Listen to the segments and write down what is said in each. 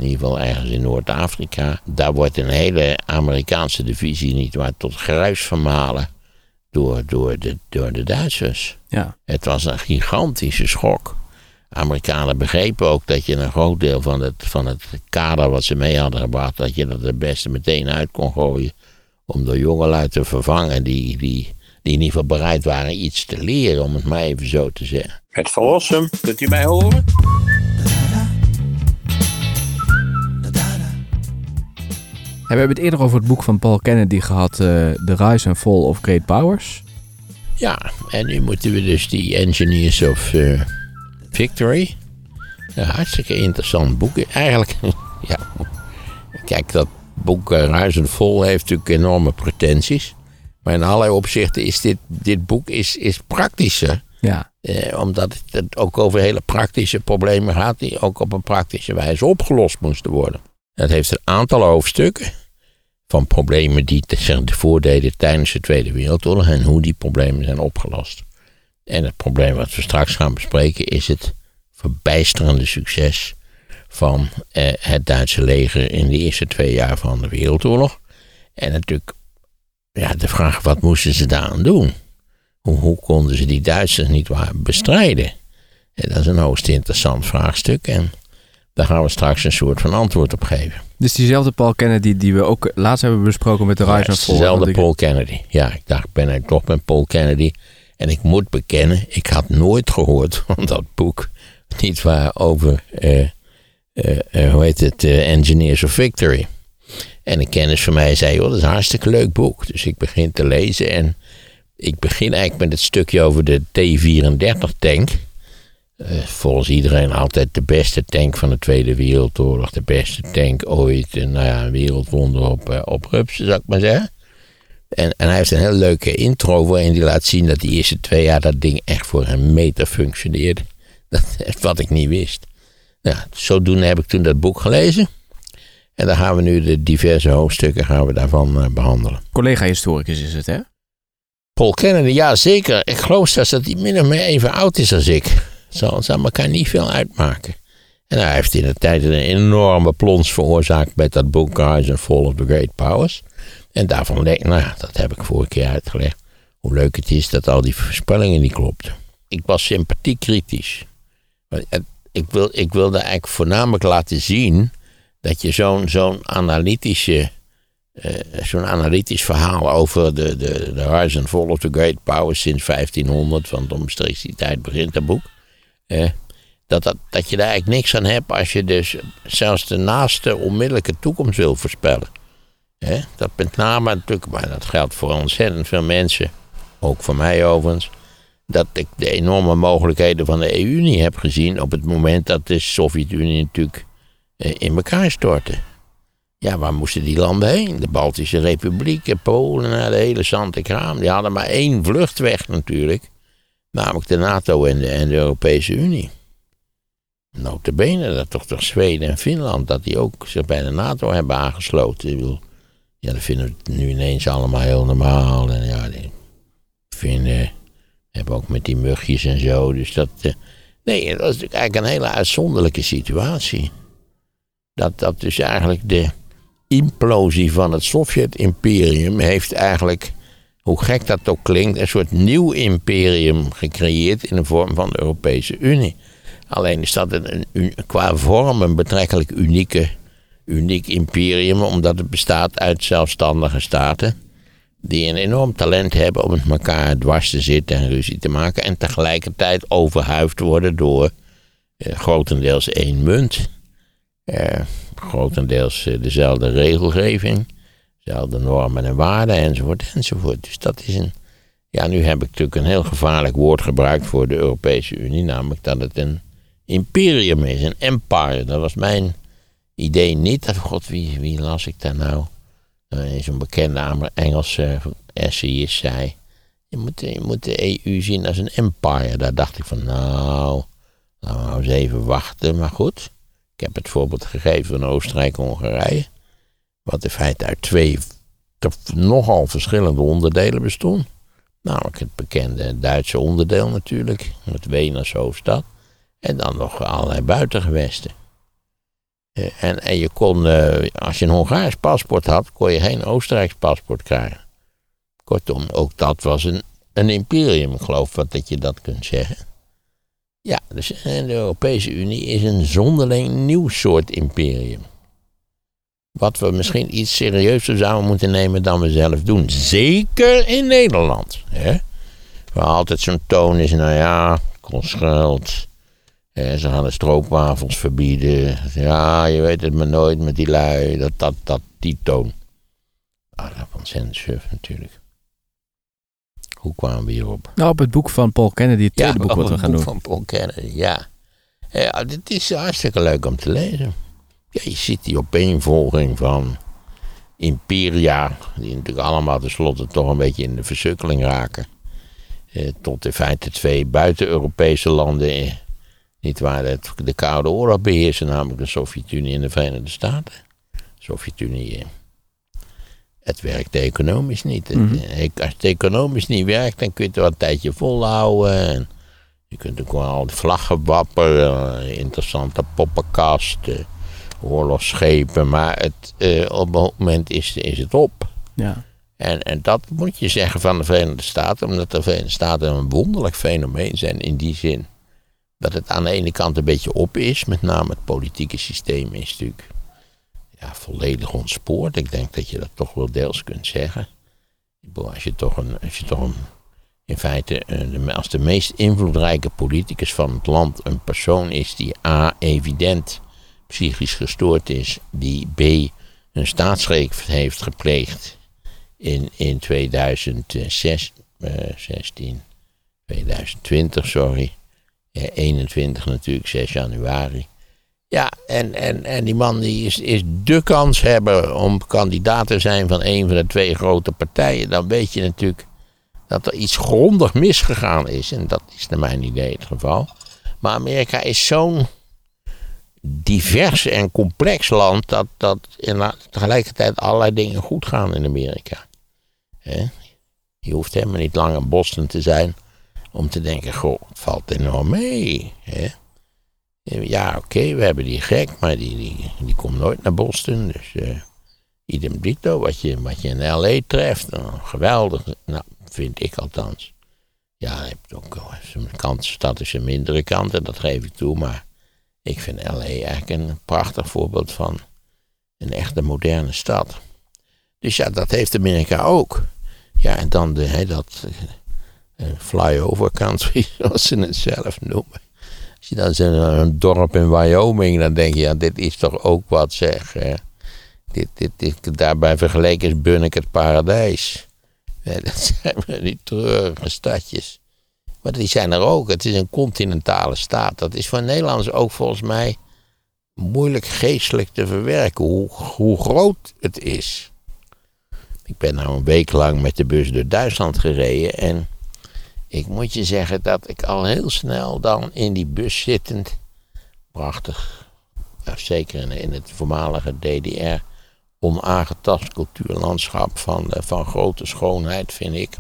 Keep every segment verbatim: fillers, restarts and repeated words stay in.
in ieder geval ergens in Noord-Afrika. Daar wordt een hele Amerikaanse divisie nietwaar tot gruis vermalen door, door, de, door de Duitsers. Ja. Het was een gigantische schok. Amerikanen begrepen ook dat je een groot deel van het, van het kader wat ze mee hadden gebracht, dat je dat het beste meteen uit kon gooien om door jongelui te vervangen die, die, die in ieder geval bereid waren iets te leren, om het maar even zo te zeggen. Het verlossen, kunt u mij horen? We hebben het eerder over het boek van Paul Kennedy gehad, uh, The Rise and Fall of Great Powers. Ja, en nu moeten we dus die Engineers of uh, Victory. Een hartstikke interessant boek. Eigenlijk, ja, kijk, dat boek uh, Rise and Fall heeft natuurlijk enorme pretenties. Maar in allerlei opzichten is dit, dit boek is, is praktischer. Ja. Eh, omdat het ook over hele praktische problemen gaat die ook op een praktische wijze opgelost moesten worden. Het heeft een aantal hoofdstukken van problemen die zich voordeden tijdens de Tweede Wereldoorlog en hoe die problemen zijn opgelost. En het probleem wat we straks gaan bespreken is het verbijsterende succes van eh, het Duitse leger in de eerste twee jaar van de Wereldoorlog. En natuurlijk ja, de vraag, wat moesten ze daaraan doen? Hoe, hoe konden ze die Duitsers niet waar bestrijden? En dat is een hoogst interessant vraagstuk en daar gaan we straks een soort van antwoord op geven. Dus diezelfde Paul Kennedy die we ook laatst hebben besproken met de Rise and Fall. Dezelfde ik... Paul Kennedy. Ja, ik dacht, ben ik toch met Paul Kennedy. En ik moet bekennen, ik had nooit gehoord van dat boek. Niet waar over, uh, uh, uh, hoe heet het, uh, Engineers of Victory. En een kennis van mij zei, joh, dat is een hartstikke leuk boek. Dus ik begin te lezen en ik begin eigenlijk met het stukje over de T vierendertig tank. Uh, volgens iedereen altijd de beste tank van de Tweede Wereldoorlog. De beste tank ooit. En, nou ja, een wereldwonder op, uh, op rupsen, zou ik maar zeggen. En, en hij heeft een hele leuke intro waarin hij laat zien dat die eerste twee jaar dat ding echt voor een meter functioneerde. Dat is wat ik niet wist. Nou, zodoende heb ik toen dat boek gelezen. En dan gaan we nu de diverse hoofdstukken gaan we daarvan uh, behandelen. Collega-historicus is het, hè? Paul Kennedy, ja zeker. Ik geloof zelfs dat hij min of meer even oud is als ik. Zal, zal elkaar niet veel uitmaken. En hij heeft in de tijd een enorme plons veroorzaakt met dat boek Rise and Fall of the Great Powers. En daarvan denk ik, nou ja, dat heb ik vorige keer uitgelegd. Hoe leuk het is dat al die voorspellingen niet klopten. Ik was sympathiek kritisch. Ik, wil, ik wilde eigenlijk voornamelijk laten zien dat je zo'n, zo'n analytische... Uh, zo'n analytisch verhaal over de, de, de Rise and Fall of the Great Powers sinds vijftienhonderd, want omstreeks die tijd begint dat boek. Uh, dat, dat, dat je daar eigenlijk niks aan hebt als je dus zelfs de naaste onmiddellijke toekomst wil voorspellen. Uh, dat met name natuurlijk, maar dat geldt voor ontzettend veel mensen, ook voor mij overigens, dat ik de enorme mogelijkheden van de E U niet heb gezien op het moment dat de Sovjet-Unie natuurlijk uh, in elkaar stortte. Ja, waar moesten die landen heen? De Baltische Republiek, Polen, de hele zand en kraam. Die hadden maar één vluchtweg natuurlijk. Namelijk de NATO en de, en de Europese Unie. Nota bene, dat toch toch Zweden en Finland, dat die ook zich bij de NATO hebben aangesloten. Ik bedoel, ja, dat vinden we nu ineens allemaal heel normaal. En ja, die vinden, hebben ook met die mugjes en zo. Dus dat, uh, nee, dat is natuurlijk eigenlijk een hele uitzonderlijke situatie. Dat, dat dus eigenlijk de implosie van het Sovjet-imperium heeft eigenlijk, hoe gek dat ook klinkt, een soort nieuw imperium gecreëerd in de vorm van de Europese Unie. Alleen is dat een, een, qua vorm een betrekkelijk unieke, uniek imperium, omdat het bestaat uit zelfstandige staten die een enorm talent hebben om met elkaar dwars te zitten en ruzie te maken en tegelijkertijd overhuifd worden door eh, grotendeels één munt. Uh, grotendeels uh, dezelfde regelgeving, dezelfde normen en waarden enzovoort enzovoort. Dus dat is een, ja, nu heb ik natuurlijk een heel gevaarlijk woord gebruikt voor de Europese Unie, namelijk dat het een imperium is, een empire. Dat was mijn idee niet. Dat, god, wie, wie las ik daar nou? Uh, Zo'n bekende Engelse essayist zei, je moet, je moet de E U zien als een empire. Daar dacht ik van, nou, laten we nou eens even wachten, maar goed. Ik heb het voorbeeld gegeven van Oostenrijk-Hongarije, wat in feite uit twee nogal verschillende onderdelen bestond. Namelijk het bekende Duitse onderdeel natuurlijk, met Wenen als hoofdstad, en dan nog allerlei buitengewesten. Uh, en, en je kon, uh, als je een Hongaars paspoort had, kon je geen Oostenrijks paspoort krijgen. Kortom, ook dat was een, een imperium, ik geloof wat dat je dat kunt zeggen. Ja, dus de Europese Unie is een zonderling nieuw soort imperium. Wat we misschien iets serieuzer zouden moeten nemen dan we zelf doen. Zeker in Nederland. Hè? Waar altijd zo'n toon is, nou ja, kost geld. Hè, ze gaan de stroopwafels verbieden. Ja, je weet het maar nooit met die lui. Dat, dat, dat, die toon. Ah, dat is ontzettend suf natuurlijk. Hoe kwamen we hierop? Nou, op het boek van Paul Kennedy, het tweede ja, boek wat we gaan doen. Ja, op het boek van Paul Kennedy, ja. Ja, dit is hartstikke leuk om te lezen. Ja, je ziet die opeenvolging van imperia, die natuurlijk allemaal tenslotte toch een beetje in de versukkeling raken. Eh, tot in feite twee buiten-Europese landen, eh, niet waar, het, de Koude Oorlog beheersen, namelijk de Sovjet-Unie en de Verenigde Staten. De Sovjet-Unie, eh, het werkt economisch niet. Mm-hmm. Het, als het economisch niet werkt, dan kun je het wel een tijdje volhouden. En je kunt ook wel al die vlaggen wapperen, uh, interessante poppenkasten, oorlogsschepen, maar het, uh, op een moment is, is het op. Ja. En, en dat moet je zeggen van de Verenigde Staten, omdat de Verenigde Staten een wonderlijk fenomeen zijn in die zin. Dat het aan de ene kant een beetje op is, met name het politieke systeem is natuurlijk ja, volledig ontspoord. Ik denk dat je dat toch wel deels kunt zeggen. Als je toch een, als je toch een in feite, als de meest invloedrijke politicus van het land een persoon is die A, evident psychisch gestoord is, die B, een staatsgreep heeft gepleegd in, in tweeduizend zestien, tweeduizend twintig, sorry, eenentwintig natuurlijk, zes januari. Ja, en, en, en die man die is, is de kans hebben om kandidaat te zijn van een van de twee grote partijen. Dan weet je natuurlijk dat er iets grondig misgegaan is. En dat is naar mijn idee het geval. Maar Amerika is zo'n divers en complex land dat, dat in, tegelijkertijd allerlei dingen goed gaan in Amerika. He? Je hoeft helemaal niet lang in Boston te zijn om te denken, goh, het valt enorm mee. He? Ja, oké, okay, we hebben die gek, maar die, die, die komt nooit naar Boston. Dus uh, idem dito, wat je, wat je in L A treft, nou, geweldig. Nou, vind ik althans. Ja, je hebt ook wel zijn kant, stad is een mindere kant, en dat geef ik toe. Maar ik vind L A eigenlijk een prachtig voorbeeld van een echte moderne stad. Dus ja, dat heeft Amerika ook. Ja, en dan de, he, dat uh, flyover country, zoals ze het zelf noemen. Als je dan zegt, een dorp in Wyoming, dan denk je, ja, dit is toch ook wat, zeg. Hè? Dit, dit, dit, daarbij vergeleken is Bunnik het paradijs. Ja, dat zijn we die treurige stadjes. Maar die zijn er ook. Het is een continentale staat. Dat is voor Nederlanders ook volgens mij moeilijk geestelijk te verwerken, hoe, hoe groot het is. Ik ben nou een week lang met de bus door Duitsland gereden en ik moet je zeggen dat ik al heel snel dan in die bus zittend, prachtig, ja, zeker in, in het voormalige D D R, onaangetast cultuurlandschap van, van grote schoonheid, vind ik.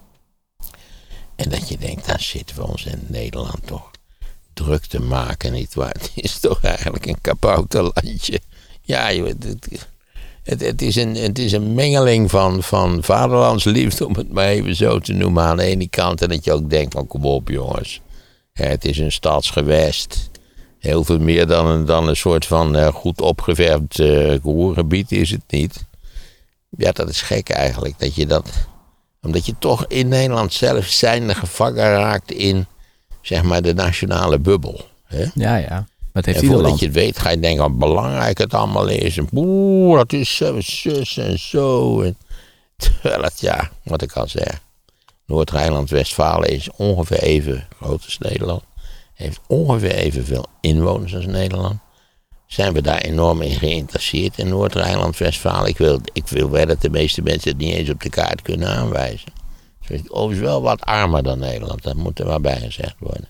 En dat je denkt, daar zitten we ons in Nederland toch druk te maken, nietwaar? Het is toch eigenlijk een kabouterlandje. Ja, joh, het, het, het, is een, het is een mengeling van, van vaderlandsliefde, om het maar even zo te noemen, aan de ene kant. En dat je ook denkt van, kom op jongens. Ja, het is een stadsgewest. Heel veel meer dan een, dan een soort van uh, goed opgeverfd uh, roergebied is het niet. Ja, dat is gek eigenlijk, dat je dat, omdat je toch in Nederland zelf zijnde gevangen raakt in, zeg maar, de nationale bubbel. Hè? Ja, ja. Wat heeft en ieder voordat land? je het weet, ga je denken wat belangrijk het allemaal is. En boe, dat is zo, zus en zo. En, terwijl het, ja, wat ik al zeg. Noord-Rijnland-Westfalen is ongeveer even groot als Nederland. Heeft ongeveer evenveel inwoners als Nederland. Zijn we daar enorm in geïnteresseerd in Noord-Rijnland-Westfalen? Ik wil, ik wil wel dat de meeste mensen het niet eens op de kaart kunnen aanwijzen. Dus het is overigens wel wat armer dan Nederland. Dat moet er maar bij gezegd worden.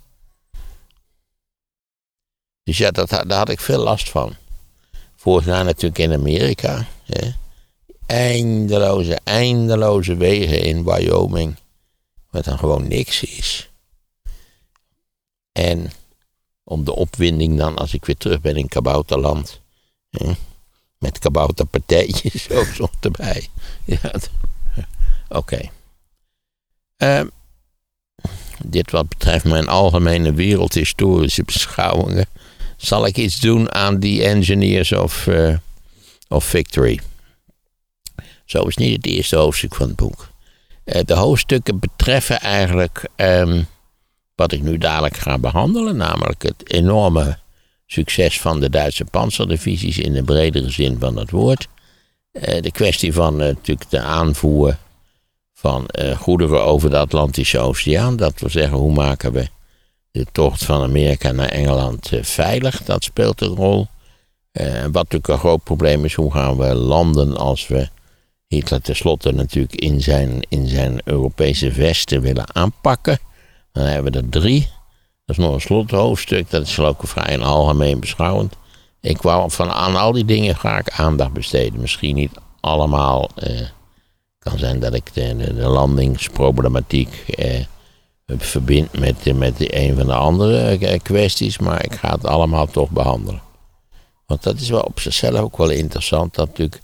Dus ja, dat, daar had ik veel last van. Vorig jaar natuurlijk in Amerika. Hè. Eindeloze, eindeloze wegen in Wyoming. Wat dan gewoon niks is. En om de opwinding dan, als ik weer terug ben in kabouterland. Hè? Met kabouterpartijtjes ook zo erbij. Ja, Oké. Okay. Uh, dit wat betreft mijn algemene wereldhistorische beschouwingen. Zal ik iets doen aan die Engineers of, uh, of Victory. Zo is niet het eerste hoofdstuk van het boek. Uh, de hoofdstukken betreffen eigenlijk um, wat ik nu dadelijk ga behandelen. Namelijk het enorme succes van de Duitse panzerdivisies in de bredere zin van het woord. Uh, de kwestie van uh, natuurlijk de aanvoer van uh, goederen over de Atlantische Oceaan. Dat wil zeggen, hoe maken we de tocht van Amerika naar Engeland uh, veilig? Dat speelt een rol. Uh, wat natuurlijk een groot probleem is, hoe gaan we landen als we Hitler tenslotte natuurlijk in zijn, in zijn Europese vesten willen aanpakken. Dan hebben we er drie. Dat is nog een slothoofdstuk, dat is geloof ik vrij algemeen beschouwend. Ik wou van aan al die dingen ga ik aandacht besteden. Misschien niet allemaal. Het uh, kan zijn dat ik de, de, de landingsproblematiek uh, verbind met, met de een van de andere uh, kwesties. Maar ik ga het allemaal toch behandelen. Want dat is wel op zichzelf ook wel interessant. Dat natuurlijk,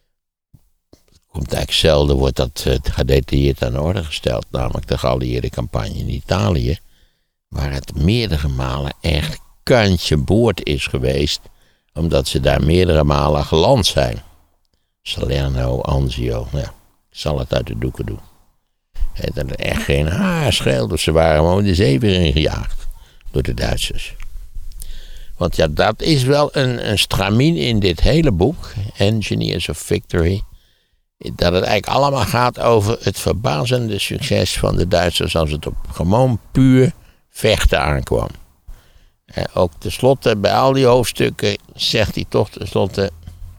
het komt eigenlijk zelden, wordt dat uh, gedetailleerd aan de orde gesteld. Namelijk de geallieerde campagne in Italië. Waar het meerdere malen echt kantje boord is geweest. Omdat ze daar meerdere malen geland zijn. Salerno, Anzio. Ja, ik zal het uit de doeken doen. Het er echt geen haar scheelde. Ze waren gewoon de zee weer ingejaagd. Door de Duitsers. Want ja, dat is wel een, een stramien in dit hele boek. Engineers of Victory. Dat het eigenlijk allemaal gaat over het verbazende succes van de Duitsers. Als het op gewoon puur vechten aankwam. En ook tenslotte, bij al die hoofdstukken, zegt hij toch tenslotte,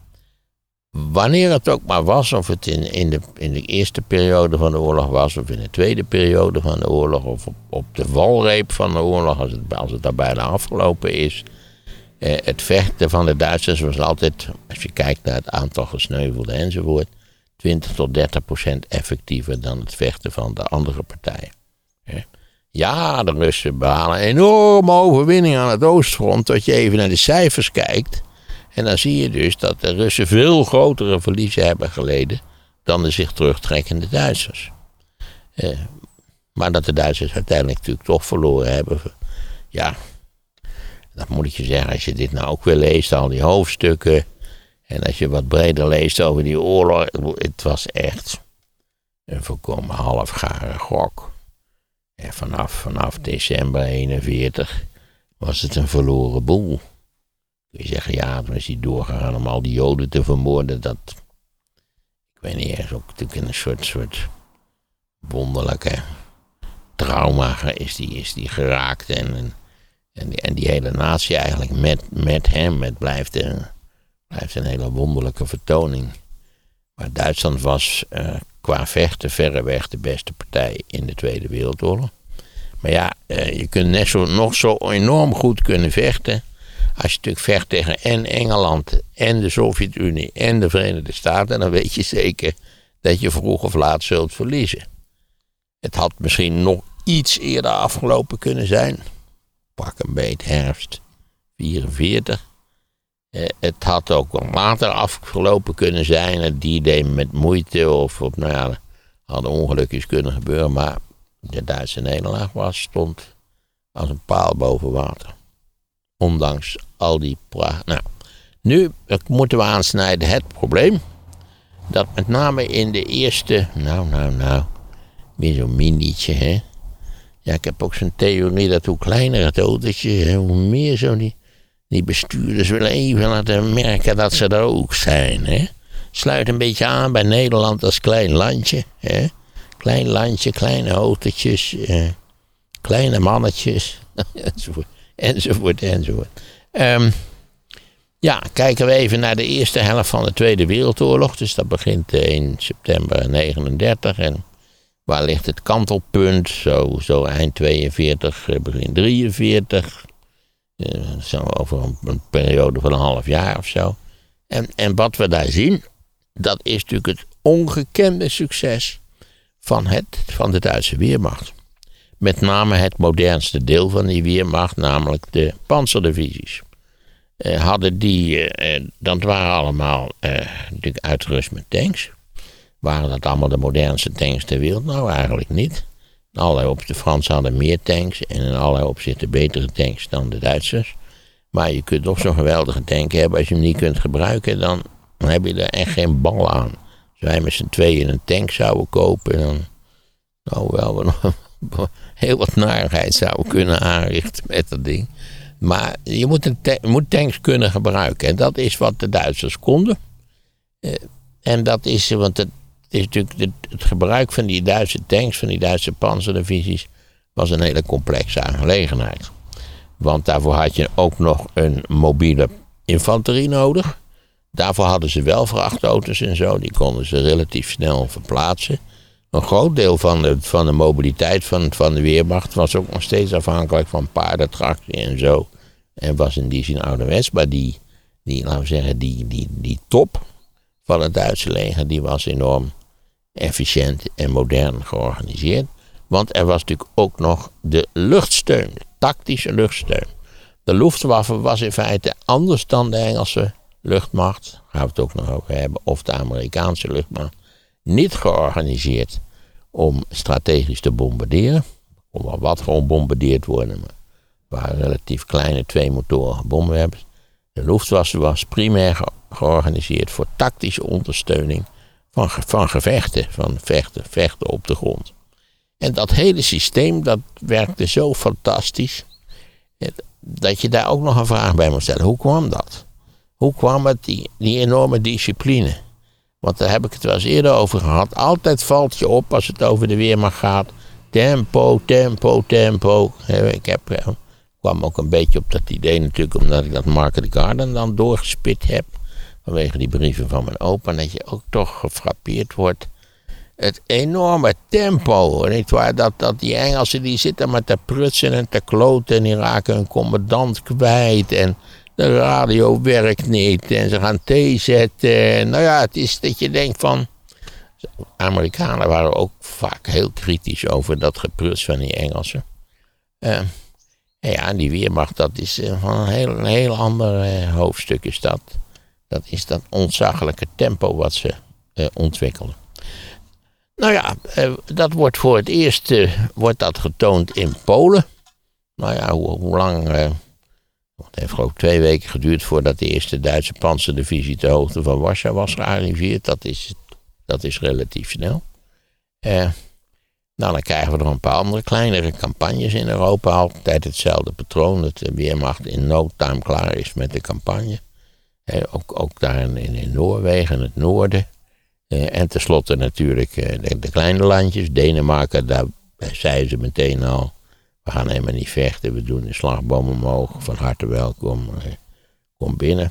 wanneer het ook maar was, of het in, in, de, in de eerste periode van de oorlog was, of in de tweede periode van de oorlog, of op, op de valreep van de oorlog, als het, als het daar bijna afgelopen is, eh, het vechten van de Duitsers was altijd, als je kijkt naar het aantal gesneuvelden enzovoort, twintig tot dertig procent effectiever dan het vechten van de andere partijen. Eh. Ja, de Russen behalen een enorme overwinning aan het oostfront. Dat je even naar de cijfers kijkt. En dan zie je dus dat de Russen veel grotere verliezen hebben geleden dan de zich terugtrekkende Duitsers. Eh, maar dat de Duitsers uiteindelijk natuurlijk toch verloren hebben. Ja, dat moet ik je zeggen. Als je dit nou ook weer leest, al die hoofdstukken. En als je wat breder leest over die oorlog. Het was echt een volkomen halfgare gok. En vanaf, vanaf december eenenveertig was het een verloren boel. Kun je zeggen, ja, het was niet doorgegaan om al die Joden te vermoorden. Dat, ik weet niet, ergens ook natuurlijk in een soort, soort wonderlijke trauma is die, is die geraakt. En, en, en, die, en die hele natie eigenlijk met, met hem, het blijft een, blijft een hele wonderlijke vertoning. Maar Duitsland was uh, qua vechten verreweg de beste partij in de Tweede Wereldoorlog. Maar ja, uh, je kunt net zo, nog zo enorm goed kunnen vechten. Als je natuurlijk vecht tegen en Engeland en de Sovjet-Unie en de Verenigde Staten, dan weet je zeker dat je vroeg of laat zult verliezen. Het had misschien nog iets eerder afgelopen kunnen zijn. Pak een beet herfst vierenveertig. Uh, het had ook wel later afgelopen kunnen zijn. Het D-Day met moeite of, of nou ja, hadden ongelukjes kunnen gebeuren. Maar de Duitse nederlaag was, stond als een paal boven water. Ondanks al die pracht. Nou, nu moeten we aansnijden het probleem. Dat met name in de eerste, nou, nou, nou, weer zo'n minietje, hè. Ja, ik heb ook zo'n theorie dat hoe kleiner het autootje, hè, hoe meer zo die, die bestuurders willen even laten merken dat ze er ook zijn, hè. Sluit een beetje aan bij Nederland als klein landje, hè. Klein landje, kleine autootjes, eh, kleine mannetjes, enzovoort, enzovoort, enzovoort. Um, ja, kijken we even naar de eerste helft van de Tweede Wereldoorlog. Dus dat begint in september negenendertig. En waar ligt het kantelpunt? Zo, zo eind tweeënveertig, begin drieënveertig. Uh, zo over een, een periode van een half jaar of zo. En, en wat we daar zien, dat is natuurlijk het ongekende succes van, het, van de Duitse Weermacht. Met name het modernste deel van die Weermacht, namelijk de panzerdivisies. uh, hadden die, uh, dat waren allemaal uh, natuurlijk uitgerust met tanks. Waren dat allemaal de modernste tanks ter wereld? Nou, eigenlijk niet. In allerlei opzichten, de Fransen hadden meer tanks en in allerlei opzichten betere tanks dan de Duitsers. Maar je kunt toch zo'n geweldige tank hebben, als je hem niet kunt gebruiken, dan, dan heb je er echt geen bal aan. Als wij met z'n tweeën een tank zouden kopen, dan nou wel we nog heel wat narigheid zouden kunnen aanrichten met dat ding. Maar je moet, een ta- je moet tanks kunnen gebruiken. En dat is wat de Duitsers konden. Uh, en dat is, want het is natuurlijk het, het gebruik van die Duitse tanks, van die Duitse panzerdivisies, was een hele complexe aangelegenheid. Want daarvoor had je ook nog een mobiele infanterie nodig. Daarvoor hadden ze wel vrachtauto's en zo, die konden ze relatief snel verplaatsen. Een groot deel van de, van de mobiliteit van, van de Wehrmacht was ook nog steeds afhankelijk van paardentractie en zo. En was in die zin ouderwets, maar die, die, laten we zeggen, die, die, die top van het Duitse leger, die was enorm efficiënt en modern georganiseerd. Want er was natuurlijk ook nog de luchtsteun, de tactische luchtsteun. De Luftwaffe was in feite anders dan de Engelse luchtmacht, daar gaan we het ook nog over hebben, of de Amerikaanse luchtmacht, niet georganiseerd om strategisch te bombarderen. Om wel wat gewoon bombardeerd worden, maar het waren relatief kleine tweemotorige bommenwerpers. De Luftwaffe was primair ge- georganiseerd voor tactische ondersteuning van, ge- van gevechten, van vechten, vechten op de grond. En dat hele systeem, dat werkte zo fantastisch, dat je daar ook nog een vraag bij moet stellen. Hoe kwam dat? Hoe kwam het, die, die enorme discipline? Want daar heb ik het wel eens eerder over gehad. Altijd valt je op als het over de Wehrmacht gaat. Tempo, tempo, tempo. Ik heb, ik kwam ook een beetje op dat idee natuurlijk, omdat ik dat Market Garden dan doorgespit heb. Vanwege die brieven van mijn opa. Dat je ook toch gefrappeerd wordt. Het enorme tempo, nietwaar? Dat, dat die Engelsen die zitten maar te prutsen en te kloten. En die raken hun commandant kwijt. En de radio werkt niet. En ze gaan thee zetten. Nou ja, het is dat je denkt van... Amerikanen waren ook vaak heel kritisch over dat gepruts van die Engelsen. Uh, ja, die Wehrmacht, dat is uh, van een heel, een heel ander uh, hoofdstuk. Is dat, dat is dat ontzaglijke tempo wat ze uh, ontwikkelden. Nou ja, uh, dat wordt voor het eerst uh, wordt dat getoond in Polen. Nou ja, hoe, hoe lang... Uh, het heeft geloof ik twee weken geduurd voordat de eerste Duitse panzerdivisie ter hoogte van Warschau was gearriveerd. Dat is, dat is relatief snel. Uh, nou, dan krijgen we nog een paar andere kleinere campagnes in Europa. Altijd hetzelfde patroon, dat de Wehrmacht in no time klaar is met de campagne. Uh, ook, ook daar in, in Noorwegen, in het noorden. Uh, en tenslotte natuurlijk uh, de, de kleine landjes. Denemarken, daar zeiden ze meteen al, we gaan helemaal niet vechten, we doen de slagboom omhoog, van harte welkom, uh, kom binnen.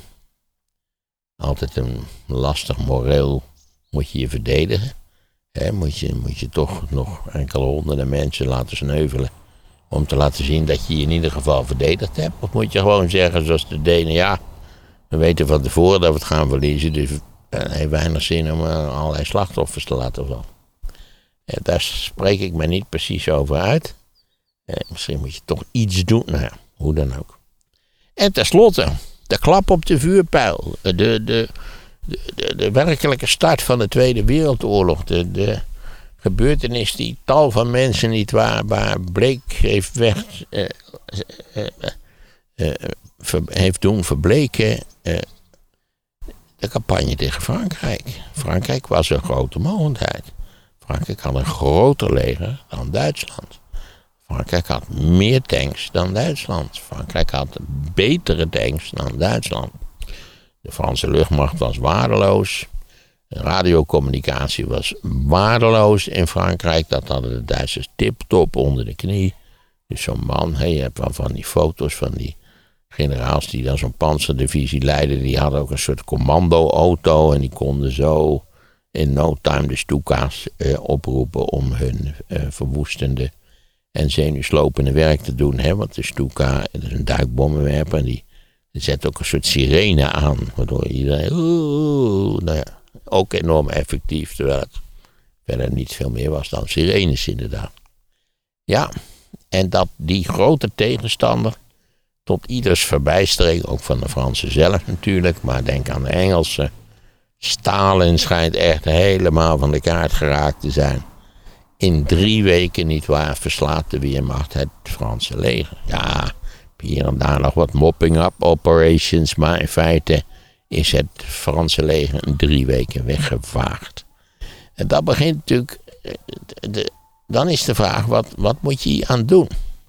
Altijd een lastig moreel, moet je je verdedigen. He, moet, je, moet je toch nog enkele honderden mensen laten sneuvelen, om te laten zien dat je je in ieder geval verdedigd hebt. Of moet je gewoon zeggen zoals de Denen, ja, we weten van tevoren dat we het gaan verliezen, dus het heeft weinig zin om uh, allerlei slachtoffers te laten vallen. Uh, daar spreek ik me niet precies over uit. Uh, misschien moet je toch iets doen, nou ja, hoe dan ook. En tenslotte, de klap op de vuurpijl. De, de, de, de, de werkelijke start van de Tweede Wereldoorlog. De, de gebeurtenis die tal van mensen niet waar, waar bleek heeft weg, uh, uh, uh, uh, ver, heeft doen verbleken. Uh, de campagne tegen Frankrijk. Frankrijk was een grote mogendheid. Frankrijk had een groter leger dan Duitsland. Frankrijk had meer tanks dan Duitsland. Frankrijk had betere tanks dan Duitsland. De Franse luchtmacht was waardeloos. De radiocommunicatie was waardeloos in Frankrijk. Dat hadden de Duitsers tip-top onder de knie. Dus zo'n man, hey, je hebt wel van die foto's van die generaals die dan zo'n panzerdivisie leidden. Die hadden ook een soort commando-auto en die konden zo in no time de Stuka's uh, oproepen om hun uh, verwoestende en zenuwslopende werk te doen. Hè? Want de Stuka, dat is een duikbommenwerper, en die zet ook een soort sirene aan. Waardoor iedereen, oeh, nou ja, ook enorm effectief. Terwijl het verder niet veel meer was dan sirenes inderdaad. Ja, en dat die grote tegenstander, Tot ieders verbijstering, ook van de Fransen zelf natuurlijk, maar denk aan de Engelsen. Stalin schijnt echt helemaal van de kaart geraakt te zijn. In drie weken, nietwaar, verslaat de Wehrmacht het Franse leger. Ja, hier en daar nog wat mopping-up operations, maar in feite is het Franse leger in drie weken weggevaagd. En dat begint natuurlijk, de, de, dan is de vraag, wat, wat moet je hier aan doen?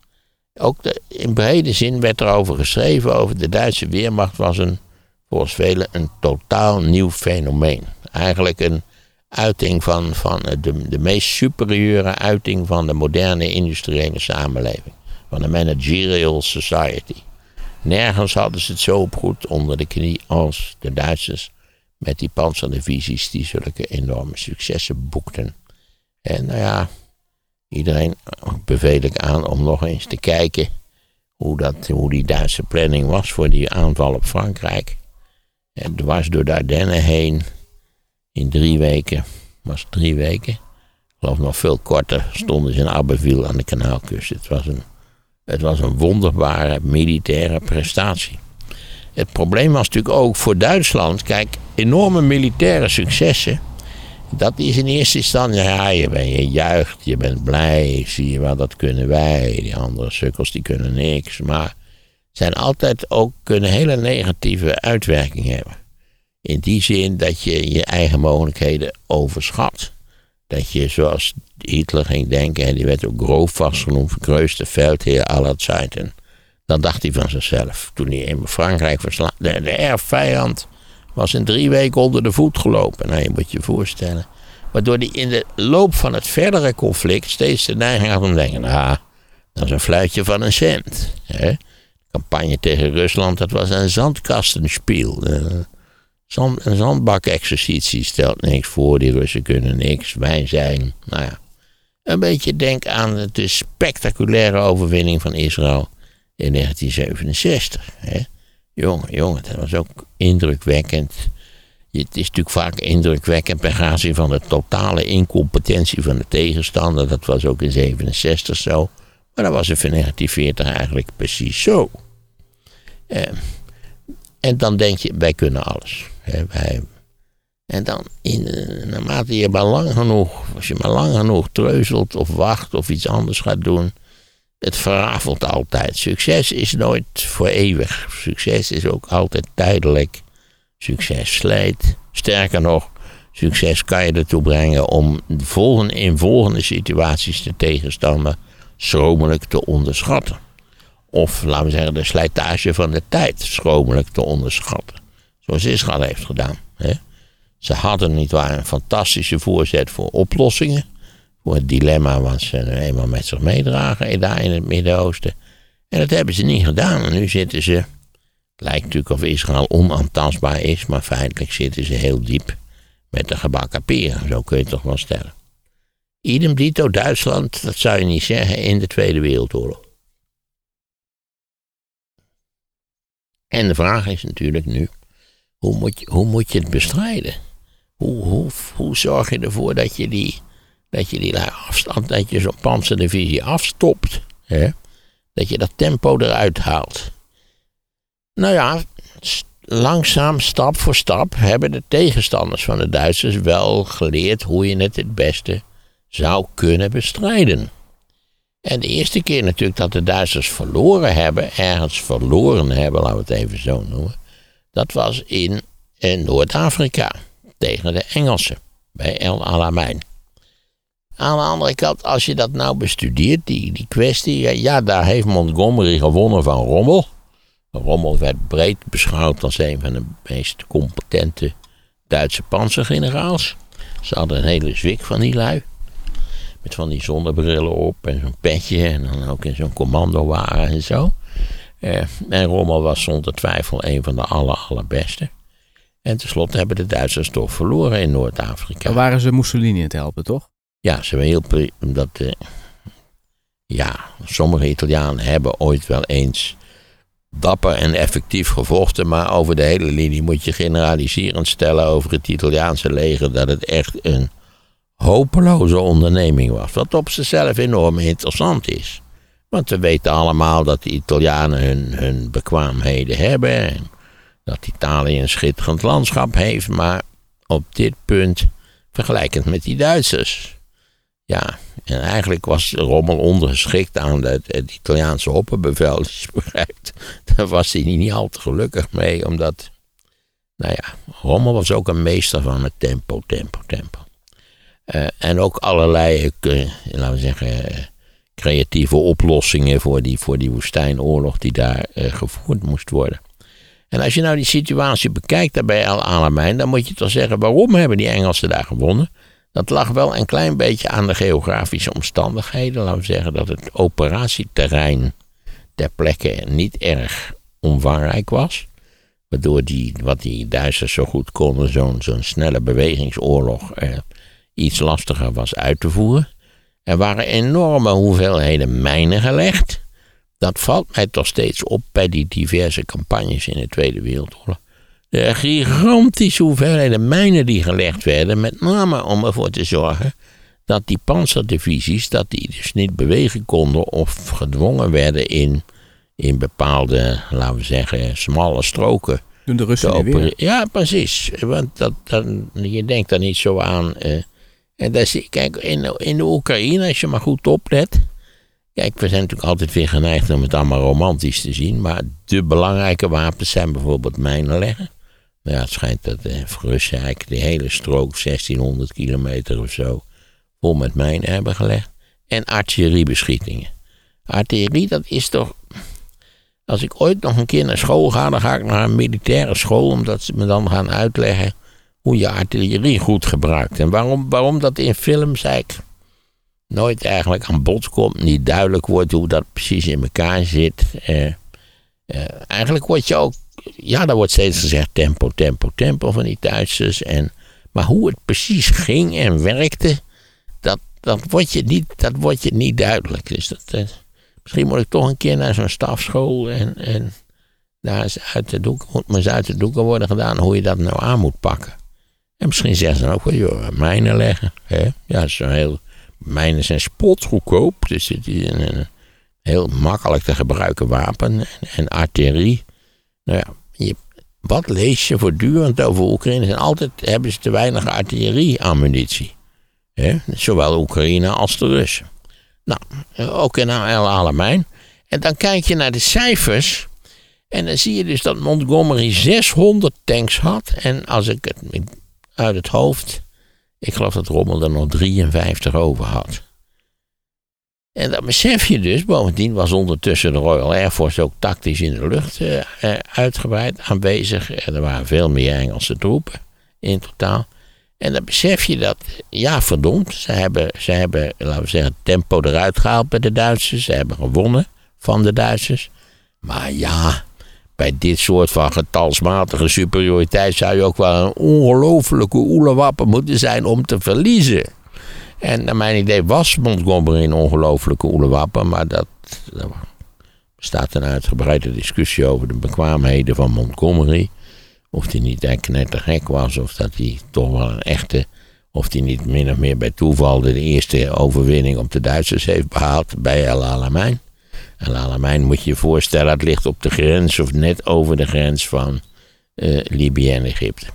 Ook de, in brede zin werd er over geschreven, over de Duitse Wehrmacht was een, volgens velen een totaal nieuw fenomeen. Eigenlijk een uiting van, van de, de meest superieure uiting van de moderne industriële samenleving. Van de managerial society. Nergens hadden ze het zo op goed onder de knie als de Duitsers met die panzerdivisies die zulke enorme successen boekten. En nou ja, iedereen beveel ik aan om nog eens te kijken hoe, dat, hoe die Duitse planning was voor die aanval op Frankrijk. En dwars door de Ardennen heen, in drie weken, was drie weken, ik geloof nog veel korter, stonden ze in Abbeville aan de Kanaalkust. Het was een, het was een wonderbare militaire prestatie. Het probleem was natuurlijk ook voor Duitsland, kijk, enorme militaire successen. Dat is in eerste instantie, ja, je, bent, je juicht, je bent blij, zie je wel, dat kunnen wij. Die andere sukkels, die kunnen niks. Maar zijn altijd ook, kunnen hele negatieve uitwerkingen hebben. In die zin dat je je eigen mogelijkheden overschat. Dat je, zoals Hitler ging denken, en die werd ook Groofvast genoemd, grootste veldheer aller Zeiten. Dan dacht hij van zichzelf, toen hij in Frankrijk versla, de, de erfvijand was in drie weken onder de voet gelopen. Nou, je moet je voorstellen. Waardoor hij in de loop van het verdere conflict steeds de neiging had om te denken, nou, dat is een fluitje van een cent. Hè? De campagne tegen Rusland, dat was een zandkastenspiel. Een, zand, een zandbak-exercitie stelt niks voor, die Russen kunnen niks, wij zijn, nou ja. Een beetje denk aan de spectaculaire overwinning van Israël in negentien zevenenzestig. Hè? Jongen, jongen, dat was ook indrukwekkend. Het is natuurlijk vaak indrukwekkend bij aanzien van de totale incompetentie van de tegenstander. Dat was ook in zevenenzestig zo. Maar dat was in negentien veertig eigenlijk precies zo. Eh, en dan denk je, wij kunnen alles. Hè, wij, en dan, in, naarmate je maar lang genoeg, als je maar lang genoeg treuzelt of wacht of iets anders gaat doen, het verrafelt altijd. Succes is nooit voor eeuwig. Succes is ook altijd tijdelijk. Succes slijt. Sterker nog, succes kan je ertoe brengen om volgende, in volgende situaties de tegenstander schromelijk te onderschatten. Of, laten we zeggen, de slijtage van de tijd schromelijk te onderschatten. Zoals Israël heeft gedaan. Hè? Ze hadden nietwaar een fantastische voorzet voor oplossingen. Voor het dilemma wat ze eenmaal met zich meedragen daar in het Midden-Oosten. En dat hebben ze niet gedaan. En nu zitten ze, het lijkt natuurlijk of Israël onaantastbaar is, maar feitelijk zitten ze heel diep met de gebakken peren. Zo kun je het toch wel stellen. Idem dito Duitsland, dat zou je niet zeggen, in de Tweede Wereldoorlog. En de vraag is natuurlijk nu, hoe moet je, hoe moet je het bestrijden? Hoe, hoe, hoe zorg je ervoor dat je die... Dat je die afstand, dat je zo'n panzerdivisie afstopt. Hè? Dat je dat tempo eruit haalt. Nou ja, langzaam, stap voor stap, hebben de tegenstanders van de Duitsers wel geleerd hoe je het het beste zou kunnen bestrijden. En de eerste keer natuurlijk dat de Duitsers verloren hebben, ergens verloren hebben, laten we het even zo noemen. Dat was in, in Noord-Afrika, tegen de Engelsen, bij El Alamein. Aan de andere kant, als je dat nou bestudeert, die, die kwestie, ja, daar heeft Montgomery gewonnen van Rommel. Rommel werd breed beschouwd als een van de meest competente Duitse panzergeneraals. Ze hadden een hele zwik van die lui. Met van die zonnebrillen op en zo'n petje en dan ook in zo'n commandowagen en zo. Eh, en Rommel was zonder twijfel een van de aller, allerbeste. En tenslotte hebben de Duitsers toch verloren in Noord-Afrika. Dan waren ze Mussolini aan het helpen, toch? Ja, ze hielpen omdat, uh, ja, sommige Italianen hebben ooit wel eens dapper en effectief gevochten, maar over de hele linie moet je generaliserend stellen over het Italiaanse leger dat het echt een hopeloze onderneming was. Wat op zichzelf enorm interessant is. Want we weten allemaal dat de Italianen hun, hun bekwaamheden hebben. En dat Italië een schitterend landschap heeft. Maar op dit punt, vergelijkend met die Duitsers. Ja, en eigenlijk was Rommel ondergeschikt aan het, het Italiaanse opperbevel. Dus je begrijpt, daar was hij niet al te gelukkig mee. Omdat, nou ja, Rommel was ook een meester van het tempo, tempo, tempo. Uh, en ook allerlei, uh, laten we zeggen, uh, creatieve oplossingen voor die, voor die woestijnoorlog die daar uh, gevoerd moest worden. En als je nou die situatie bekijkt daar bij El Alamein, dan moet je toch zeggen, waarom hebben die Engelsen daar gewonnen? Dat lag wel een klein beetje aan de geografische omstandigheden. Laten we zeggen dat het operatieterrein ter plekke niet erg omvangrijk was. Waardoor die, wat die Duitsers zo goed konden, zo'n, zo'n snelle bewegingsoorlog eh, iets lastiger was uit te voeren. Er waren enorme hoeveelheden mijnen gelegd. Dat valt mij toch steeds op bij die diverse campagnes in de Tweede Wereldoorlog. De gigantische hoeveelheden mijnen die gelegd werden, met name om ervoor te zorgen dat die panzerdivisies, dat die dus niet bewegen konden of gedwongen werden in, in bepaalde, laten we zeggen, smalle stroken. Doen de Russen nu weer? Ja, precies. Want dat, dat, je denkt daar niet zo aan. Uh, en daar zie, kijk, in, in de Oekraïne, als je maar goed oplet. Kijk, we zijn natuurlijk altijd weer geneigd om het allemaal romantisch te zien. Maar de belangrijke wapens zijn bijvoorbeeld mijnen leggen. Nou ja, het schijnt dat de Russen eigenlijk de hele strook, zestienhonderd kilometer of zo, vol met mijnen hebben gelegd. En artilleriebeschietingen. Artillerie, dat is toch... Als ik ooit nog een keer naar school ga, dan ga ik naar een militaire school, omdat ze me dan gaan uitleggen hoe je artillerie goed gebruikt. En waarom, waarom dat in films eigenlijk nooit eigenlijk aan bod komt, niet duidelijk wordt hoe dat precies in elkaar zit. Uh, uh, eigenlijk word je ook, ja, daar wordt steeds gezegd tempo, tempo, tempo van die Duitsers. En, maar hoe het precies ging en werkte, dat, dat, wordt, je niet, dat wordt je niet duidelijk. Dus dat... Uh, Misschien moet ik toch een keer naar zo'n stafschool en, en daar is uit de doeken, moet maar eens uit de doeken worden gedaan hoe je dat nou aan moet pakken. En misschien zeggen ze dan ook wel, joh, mijnen leggen. Hè? Ja, zo heel, mijnen zijn spotgoedkoop, dus het is een, een heel makkelijk te gebruiken wapen. En, en artillerie, nou ja, je, wat lees je voortdurend over Oekraïne? En altijd hebben ze te weinig artillerieammunitie. Hè? Zowel Oekraïne als de Russen. Nou, ook in El Alamein. En dan kijk je naar de cijfers. En dan zie je dus dat Montgomery zeshonderd tanks had. En als ik het uit het hoofd... Ik geloof dat Rommel er nog drieënvijftig over had. En dan besef je dus... Bovendien was ondertussen de Royal Air Force ook tactisch in de lucht uh, uitgebreid aanwezig. En er waren veel meer Engelse troepen in totaal. En dan besef je dat, ja verdomd, ze hebben, ze hebben, laten we zeggen, tempo eruit gehaald bij de Duitsers. Ze hebben gewonnen van de Duitsers. Maar ja, bij dit soort van getalsmatige superioriteit zou je ook wel een ongelofelijke oelewappen moeten zijn om te verliezen. En naar mijn idee was Montgomery een ongelofelijke oelewappen, maar dat, er bestaat een uitgebreide discussie over de bekwaamheden van Montgomery. Of hij niet echt knettergek was, of dat hij toch wel een echte, of hij niet min of meer bij toeval de eerste overwinning op de Duitsers heeft behaald bij El Alamein. El Alamein moet je je voorstellen, het ligt op de grens of net over de grens van uh, Libië en Egypte.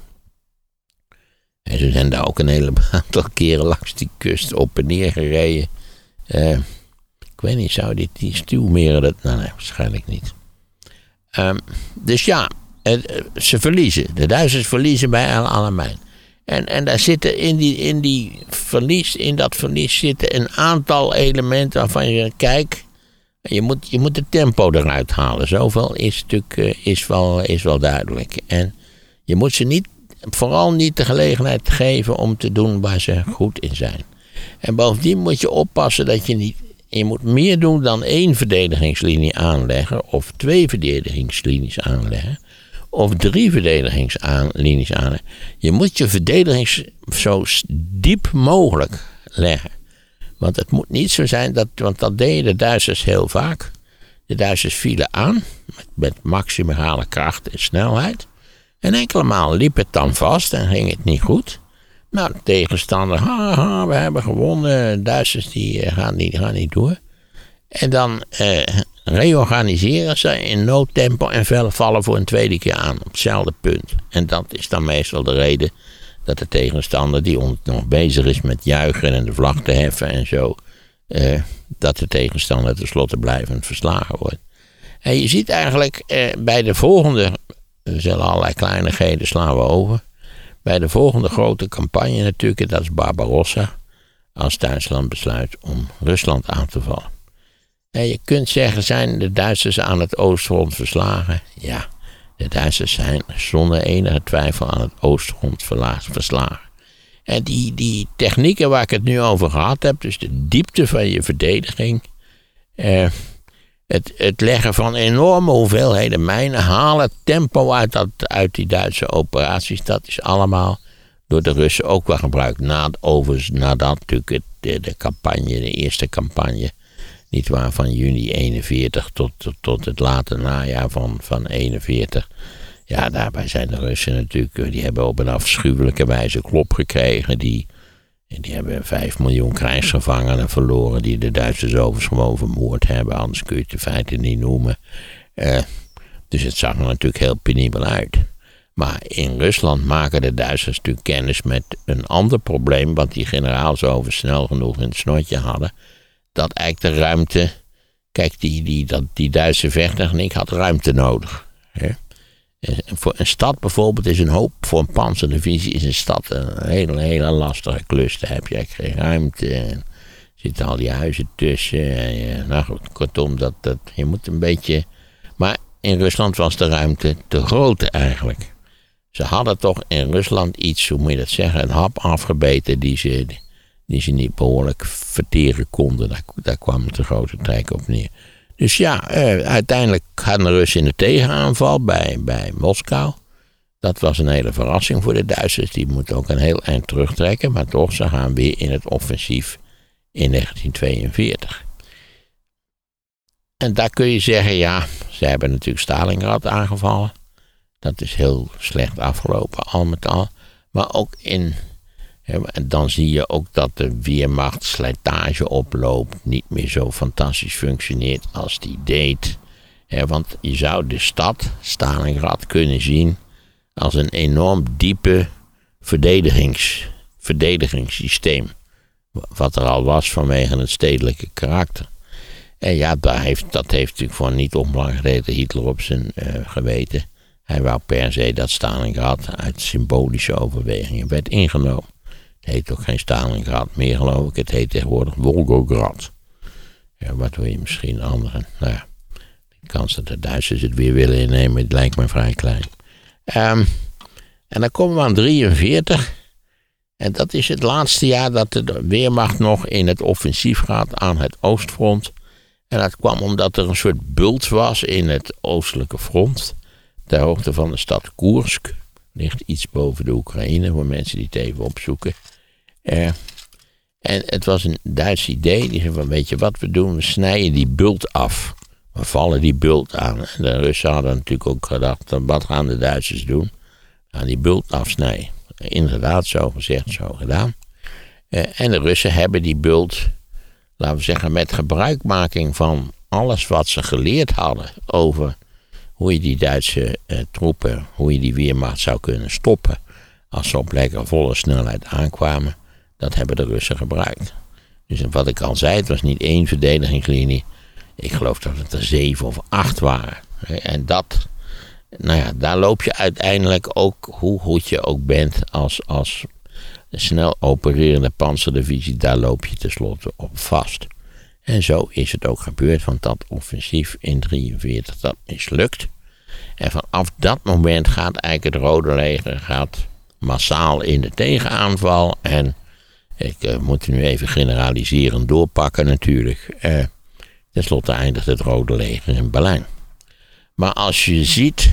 En ze zijn daar ook een hele aantal keren langs die kust op en neer gereden. Uh, ik weet niet, zou dit die stuwmeren dat? Nou nee, waarschijnlijk niet. Um, dus ja. Ze verliezen. De Duitsers verliezen bij El Alamein. En, en daar zitten in, die, in, die verlies, in dat verlies zitten een aantal elementen waarvan je kijkt. Je moet, je moet het tempo eruit halen. Zoveel is natuurlijk is wel, is wel duidelijk. En je moet ze niet, vooral niet de gelegenheid geven om te doen waar ze goed in zijn. En bovendien moet je oppassen dat je niet. Je moet meer doen dan één verdedigingslinie aanleggen of twee verdedigingslinies aanleggen. Of drie verdedigingslinies aan. Je moet je verdediging zo diep mogelijk leggen. Want het moet niet zo zijn, dat, want dat deden de Duitsers heel vaak. De Duitsers vielen aan met, met maximale kracht en snelheid. En enkele maal liep het dan vast en ging het niet goed. Nou, de tegenstander, haha, we hebben gewonnen. De Duitsers die gaan niet, gaan niet door. En dan eh, reorganiseren ze in noodtempo en vallen voor een tweede keer aan. Op hetzelfde punt. En dat is dan meestal de reden dat de tegenstander die nog bezig is met juichen en de vlag te heffen en zo. Eh, dat de tegenstander tenslotte blijvend verslagen wordt. En je ziet eigenlijk eh, bij de volgende, er zullen allerlei kleinigheden slaan we over. Bij de volgende grote campagne natuurlijk, dat is Barbarossa. Als Duitsland besluit om Rusland aan te vallen. En je kunt zeggen, zijn de Duitsers aan het oostfront verslagen? Ja, de Duitsers zijn zonder enige twijfel aan het oostfront verslagen. En die, die technieken waar ik het nu over gehad heb, dus de diepte van je verdediging, eh, het, het leggen van enorme hoeveelheden mijnen, halen tempo uit, dat, uit die Duitse operaties, dat is allemaal door de Russen ook wel gebruikt. Na, overigens, nadat natuurlijk het, de, de campagne, de eerste campagne, niet waar, van juni eenenveertig tot, tot, tot het late najaar van, van eenenveertig. Ja, daarbij zijn de Russen natuurlijk, die hebben op een afschuwelijke wijze klop gekregen. Die, die hebben vijf miljoen krijgsgevangenen verloren, die de Duitsers overigens gewoon vermoord hebben. Anders kun je het in feite niet noemen. Uh, dus het zag er natuurlijk heel penibel uit. Maar in Rusland maken de Duitsers natuurlijk kennis met een ander probleem, wat die generaals over snel genoeg in het snotje hadden. Dat eigenlijk de ruimte, kijk, die, die, dat, die Duitse vechttechniek had ruimte nodig. Hè? Voor een stad bijvoorbeeld is een hoop, voor een panzerdivisie is een stad een hele, hele lastige klus. Daar heb je eigenlijk geen ruimte en zitten al die huizen tussen. En je, nou goed, kortom, dat, dat, je moet een beetje. Maar in Rusland was de ruimte te groot eigenlijk. Ze hadden toch in Rusland iets, hoe moet je dat zeggen, een hap afgebeten die ze, die ze niet behoorlijk verteren konden. Daar, daar kwam het de grote trek op neer. Dus ja, eh, uiteindelijk gaan de Russen in de tegenaanval bij, bij Moskou. Dat was een hele verrassing voor de Duitsers. Die moeten ook een heel eind terugtrekken. Maar toch, ze gaan weer in het offensief in negentien tweeënveertig. En daar kun je zeggen, ja, ze hebben natuurlijk Stalingrad aangevallen. Dat is heel slecht afgelopen, al met al. Maar ook in. En dan zie je ook dat de Wehrmacht slijtage oploopt, niet meer zo fantastisch functioneert als die deed. Want je zou de stad, Stalingrad, kunnen zien als een enorm diepe verdedigings, verdedigingssysteem. Wat er al was vanwege het stedelijke karakter. En ja, daar heeft, dat heeft natuurlijk voor niet onbelangrijk reden Hitler op zijn uh, geweten. Hij wou per se dat Stalingrad uit symbolische overwegingen werd ingenomen. Het heet ook geen Stalingrad meer, geloof ik. Het heet tegenwoordig Volgograd. Ja, wat wil je misschien anderen? Nou ja, de kans dat de Duitsers het weer willen innemen, het lijkt me vrij klein. Um, en dan komen we aan drieënveertig. En dat is het laatste jaar dat de Wehrmacht nog in het offensief gaat aan het oostfront. En dat kwam omdat er een soort bult was in het oostelijke front. Ter hoogte van de stad Koersk. Ligt iets boven de Oekraïne, voor mensen die het even opzoeken. Uh, en het was een Duits idee. Die zei van, weet je wat we doen? We snijden die bult af. We vallen die bult aan. En de Russen hadden natuurlijk ook gedacht, wat gaan de Duitsers doen? Gaan die bult afsnijden. Inderdaad, zo gezegd, zo gedaan. Uh, en de Russen hebben die bult, laten we zeggen, met gebruikmaking van alles wat ze geleerd hadden over hoe je die Duitse uh, troepen, hoe je die Wehrmacht zou kunnen stoppen als ze op lekker volle snelheid aankwamen, dat hebben de Russen gebruikt. Dus wat ik al zei, het was niet één verdedigingslinie. Ik geloof dat het er zeven of acht waren. En dat, nou ja, daar loop je uiteindelijk ook, hoe goed je ook bent als, als snel opererende panzerdivisie, daar loop je tenslotte op vast. En zo is het ook gebeurd, want dat offensief in drieënveertig, dat mislukt. En vanaf dat moment gaat eigenlijk het Rode Leger gaat massaal in de tegenaanval. En ik uh, moet nu even generaliserend doorpakken natuurlijk. Uh, ten slotte eindigt het Rode Leger in Berlijn. Maar als je ziet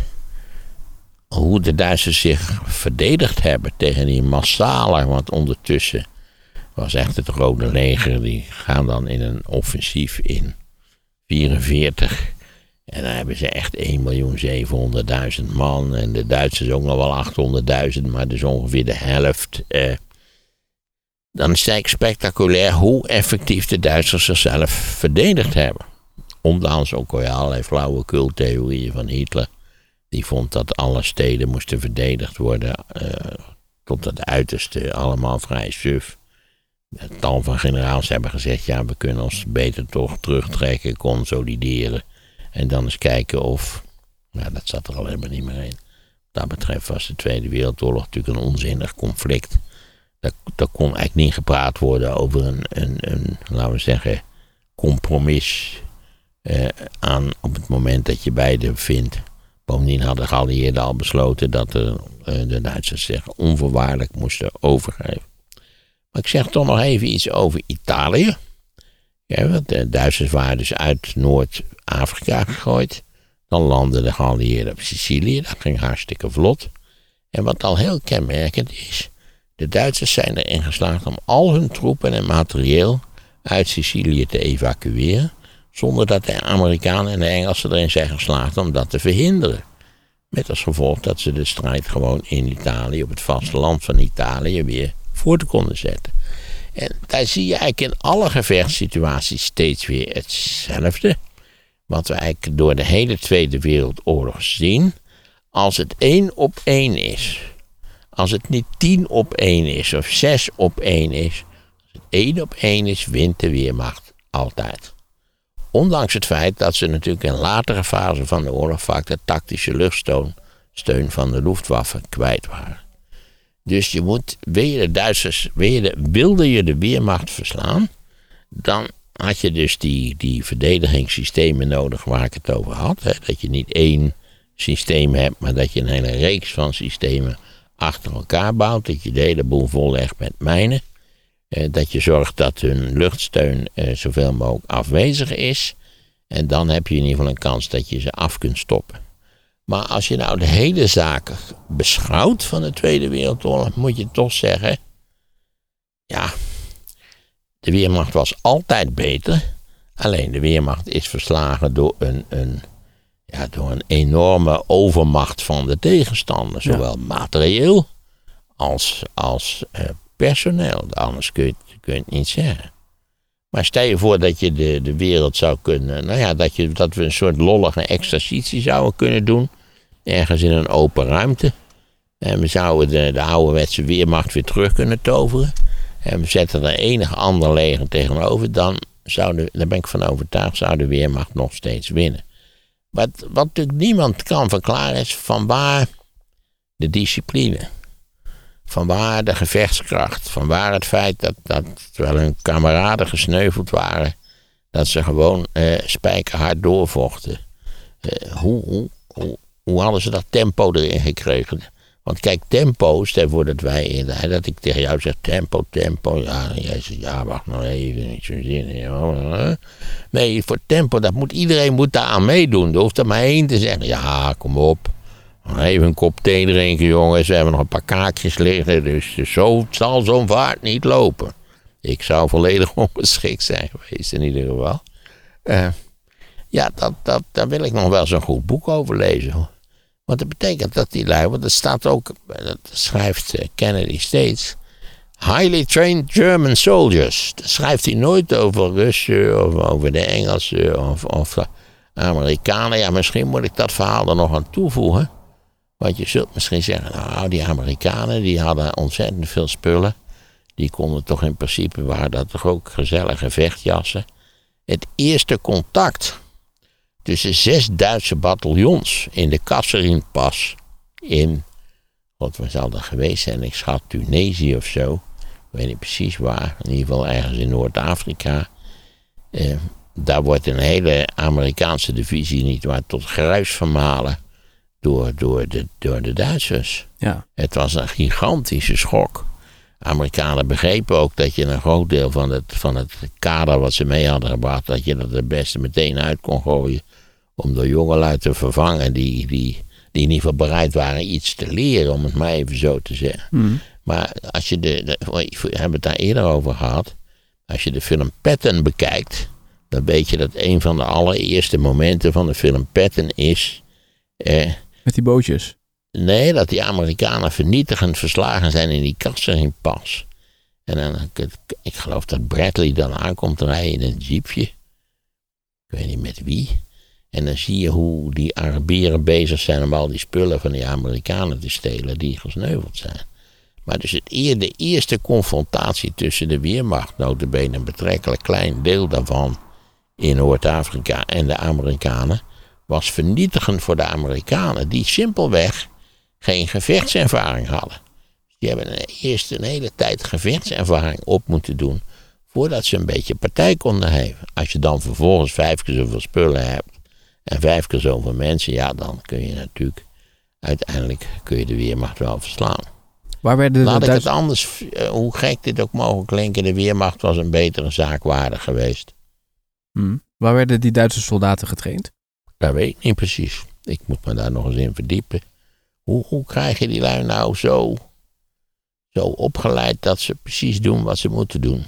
hoe de Duitsers zich verdedigd hebben tegen die massale, want ondertussen was echt het Rode Leger, die gaan dan in een offensief in vierenveertig. En dan hebben ze echt één miljoen zevenhonderdduizend man. En de Duitsers ook nog wel achthonderdduizend, maar dus ongeveer de helft. Eh, dan is het eigenlijk spectaculair hoe effectief de Duitsers zichzelf verdedigd hebben. Ondanks ook al allerlei flauwekultheorieën van Hitler. Die vond dat alle steden moesten verdedigd worden uh, tot het uiterste, allemaal vrij suf. Een tal van generaals hebben gezegd, ja, we kunnen ons beter toch terugtrekken, consolideren. En dan eens kijken of, nou, dat zat er al helemaal niet meer in. Wat dat betreft was de Tweede Wereldoorlog natuurlijk een onzinnig conflict. Daar, daar kon eigenlijk niet gepraat worden over een, een, een laten we zeggen, compromis uh, aan op het moment dat je beide vindt. Bovendien hadden de geallieerden al besloten dat de, uh, de Duitsers zich onvoorwaardelijk moesten overgeven. Maar ik zeg toch nog even iets over Italië. Ja, want de Duitsers waren dus uit Noord-Afrika gegooid. Dan landden de geallieerden op Sicilië. Dat ging hartstikke vlot. En wat al heel kenmerkend is, de Duitsers zijn erin geslaagd om al hun troepen en materieel uit Sicilië te evacueren, zonder dat de Amerikanen en de Engelsen erin zijn geslaagd om dat te verhinderen. Met als gevolg dat ze de strijd gewoon in Italië, op het vasteland van Italië, weer voort konden zetten. En daar zie je eigenlijk in alle gevechtssituaties steeds weer hetzelfde. Wat we eigenlijk door de hele Tweede Wereldoorlog zien. Als het één op één is, als het niet tien op één is of zes op één is, als het één op één is, wint de Wehrmacht altijd. Ondanks het feit dat ze natuurlijk in latere fase van de oorlog vaak de tactische luchtsteun steun van de Luftwaffe kwijt waren. Dus je moet, wil je de Duitsers, wil je de, wilde je de Wehrmacht verslaan, dan had je dus die, die verdedigingssystemen nodig waar ik het over had. Hè? Dat je niet één systeem hebt, maar dat je een hele reeks van systemen achter elkaar bouwt. Dat je de hele boel vollegt met mijnen. Eh, dat je zorgt dat hun luchtsteun eh, zoveel mogelijk afwezig is. En dan heb je in ieder geval een kans dat je ze af kunt stoppen. Maar als je nou de hele zaak beschouwt van de Tweede Wereldoorlog, moet je toch zeggen, ja, de Wehrmacht was altijd beter. Alleen de Wehrmacht is verslagen door een, een, ja, door een enorme overmacht van de tegenstander. Zowel ja. materieel als, als uh, personeel. Anders kun je, kun je het niet zeggen. Maar stel je voor dat je de, de wereld zou kunnen, nou ja, dat, je, dat we een soort lollige exercitie zouden kunnen doen. Ergens in een open ruimte. En we zouden de, de ouderwetse Wehrmacht weer terug kunnen toveren. En we zetten er enig ander leger tegenover. Dan zou de, daar ben ik van overtuigd, zou de Wehrmacht nog steeds winnen. Wat, wat natuurlijk niemand kan verklaren is vanwaar de discipline. Vanwaar de gevechtskracht. Vanwaar het feit dat, dat terwijl hun kameraden gesneuveld waren, dat ze gewoon uh, spijkerhard doorvochten. Uh, hoe, hoe, hoe, hoe hadden ze dat tempo erin gekregen? Want kijk, tempo, stel voor dat wij, dat ik tegen jou zeg, tempo, tempo. Ja, jij zegt, ja, wacht nog even, niet zo zin in. Nee, voor tempo, dat moet, iedereen moet daar aan meedoen. Er hoeft er maar één te zeggen, ja, kom op. Even een kop thee drinken, jongens. We hebben nog een paar kaartjes liggen. Dus zo zal zo'n vaart niet lopen. Ik zou volledig ongeschikt zijn geweest, in ieder geval. Uh, ja, dat, dat, daar wil ik nog wel zo'n goed boek over lezen, hoor. Want dat betekent dat die lui, want dat staat ook, dat schrijft Kennedy steeds, highly trained German soldiers. Dat schrijft hij nooit over Russen of over de Engelsen of, of de Amerikanen. Ja, misschien moet ik dat verhaal er nog aan toevoegen. Want je zult misschien zeggen, nou, die Amerikanen die hadden ontzettend veel spullen. Die konden toch in principe, waren dat toch ook gezellige vechtjassen. Het eerste contact tussen zes Duitse bataljons in de Kasserine-pas in, wat zal dat geweest zijn, ik schat Tunesië of zo. Ik weet niet precies waar, in ieder geval ergens in Noord-Afrika. Eh, daar wordt een hele Amerikaanse divisie niet waar tot gruis vermalen door, door, de, door de Duitsers. Ja. Het was een gigantische schok. Amerikanen begrepen ook dat je een groot deel van het, van het kader wat ze mee hadden gebracht, dat je dat het beste meteen uit kon gooien. Om door jongelui te vervangen die, die, die in ieder geval bereid waren iets te leren, om het maar even zo te zeggen. Mm. Maar als je de, de, we hebben het daar eerder over gehad, als je de film Patton bekijkt, dan weet je dat een van de allereerste momenten van de film Patton is. Eh, Met die bootjes? Nee, dat die Amerikanen vernietigend verslagen zijn in die Kasserine-pas. En dan, ik, ik geloof dat Bradley dan aankomt rijden in een jeepje. Ik weet niet met wie. En dan zie je hoe die Arabieren bezig zijn om al die spullen van die Amerikanen te stelen die gesneuveld zijn. Maar dus het, de eerste confrontatie tussen de Weermacht, nota bene een betrekkelijk klein deel daarvan in Noord-Afrika en de Amerikanen, was vernietigend voor de Amerikanen, die simpelweg geen gevechtservaring hadden. Die hebben eerst een hele tijd gevechtservaring op moeten doen voordat ze een beetje partij konden geven. Als je dan vervolgens vijf keer zoveel spullen hebt en vijf keer zoveel mensen, ja, dan kun je natuurlijk uiteindelijk kun je de Weermacht wel verslaan. Waar werden de Laat ik Duits... het anders, uh, hoe gek dit ook mogen klinken, de Weermacht was een betere zaak waardig geweest. Hmm. Waar werden die Duitse soldaten getraind? Dat weet ik niet precies. Ik moet me daar nog eens in verdiepen. Hoe, hoe krijg je die lui nou zo, zo opgeleid dat ze precies doen wat ze moeten doen?